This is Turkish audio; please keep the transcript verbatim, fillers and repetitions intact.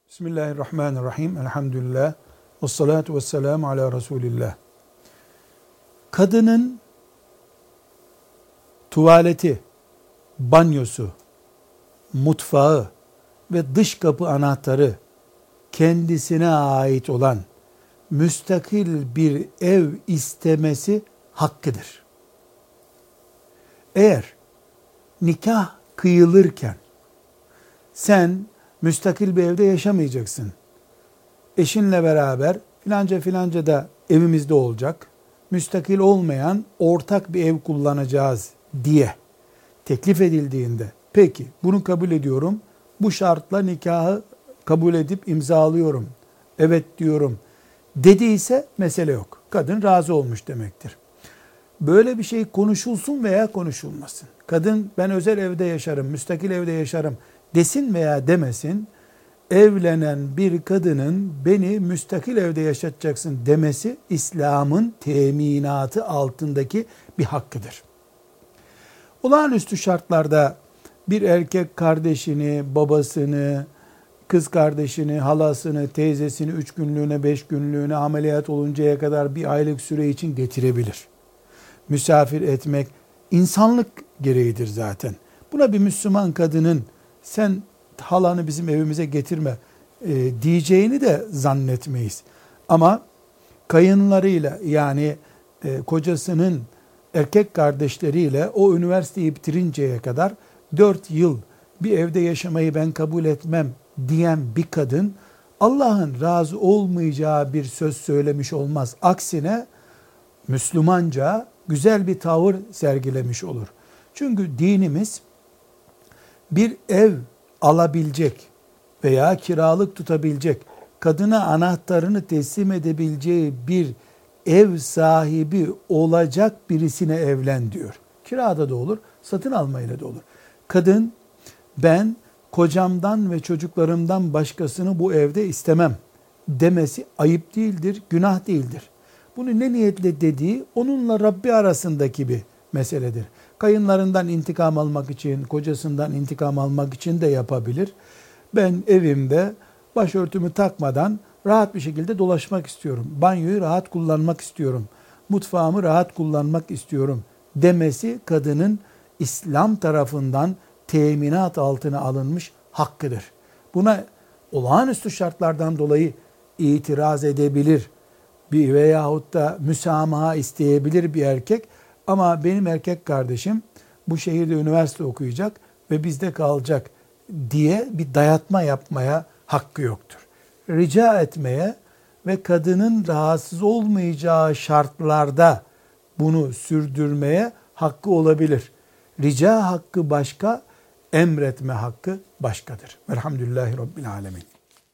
Bismillahirrahmanirrahim. Elhamdülillah. Ve salatu ve selamu ala Resulillah. Kadının tuvaleti, banyosu, mutfağı ve dış kapı anahtarı kendisine ait olan müstakil bir ev istemesi hakkıdır. Eğer nikah kıyılırken sen müstakil bir evde yaşamayacaksın, eşinle beraber filanca filanca da evimizde olacak, müstakil olmayan ortak bir ev kullanacağız diye teklif edildiğinde, peki bunu kabul ediyorum, bu şartla nikahı kabul edip imzalıyorum, evet diyorum dediyse mesele yok. Kadın razı olmuş demektir. Böyle bir şey konuşulsun veya konuşulmasın. Kadın ben özel evde yaşarım, müstakil evde yaşarım desin veya demesin, evlenen bir kadının beni müstakil evde yaşatacaksın demesi İslam'ın teminatı altındaki bir hakkıdır. Olağanüstü şartlarda bir erkek kardeşini, babasını, kız kardeşini, halasını, teyzesini üç günlüğüne, beş günlüğüne ameliyat oluncaya kadar bir aylık süre için getirebilir. Misafir etmek insanlık gereğidir zaten. Buna bir Müslüman kadının sen halanı bizim evimize getirme e, diyeceğini de zannetmeyiz. Ama kayınlarıyla yani e, kocasının erkek kardeşleriyle o üniversiteyi bitirinceye kadar dört yıl bir evde yaşamayı ben kabul etmem diyen bir kadın Allah'ın razı olmayacağı bir söz söylemiş olmaz. Aksine Müslümanca güzel bir tavır sergilemiş olur. Çünkü dinimiz bir ev alabilecek veya kiralık tutabilecek, kadına anahtarını teslim edebileceği bir ev sahibi olacak birisine evlen diyor. Kirada da olur, satın almayla da olur. Kadın ben kocamdan ve çocuklarımdan başkasını bu evde istemem demesi ayıp değildir, günah değildir. Bunu ne niyetle dediği onunla Rabbi arasındaki bir meseledir. Kayınlarından intikam almak için, kocasından intikam almak için de yapabilir. Ben evimde başörtümü takmadan rahat bir şekilde dolaşmak istiyorum. Banyoyu rahat kullanmak istiyorum. Mutfağımı rahat kullanmak istiyorum demesi kadının İslam tarafından teminat altına alınmış hakkıdır. Buna olağanüstü şartlardan dolayı itiraz edebilir bir veyahut da müsamaha isteyebilir bir erkek. Ama benim erkek kardeşim bu şehirde üniversite okuyacak ve bizde kalacak diye bir dayatma yapmaya hakkı yoktur. Rica etmeye ve kadının rahatsız olmayacağı şartlarda bunu sürdürmeye hakkı olabilir. Rica hakkı başka, emretme hakkı başkadır. Velhamdülillahi Rabbil Alemin.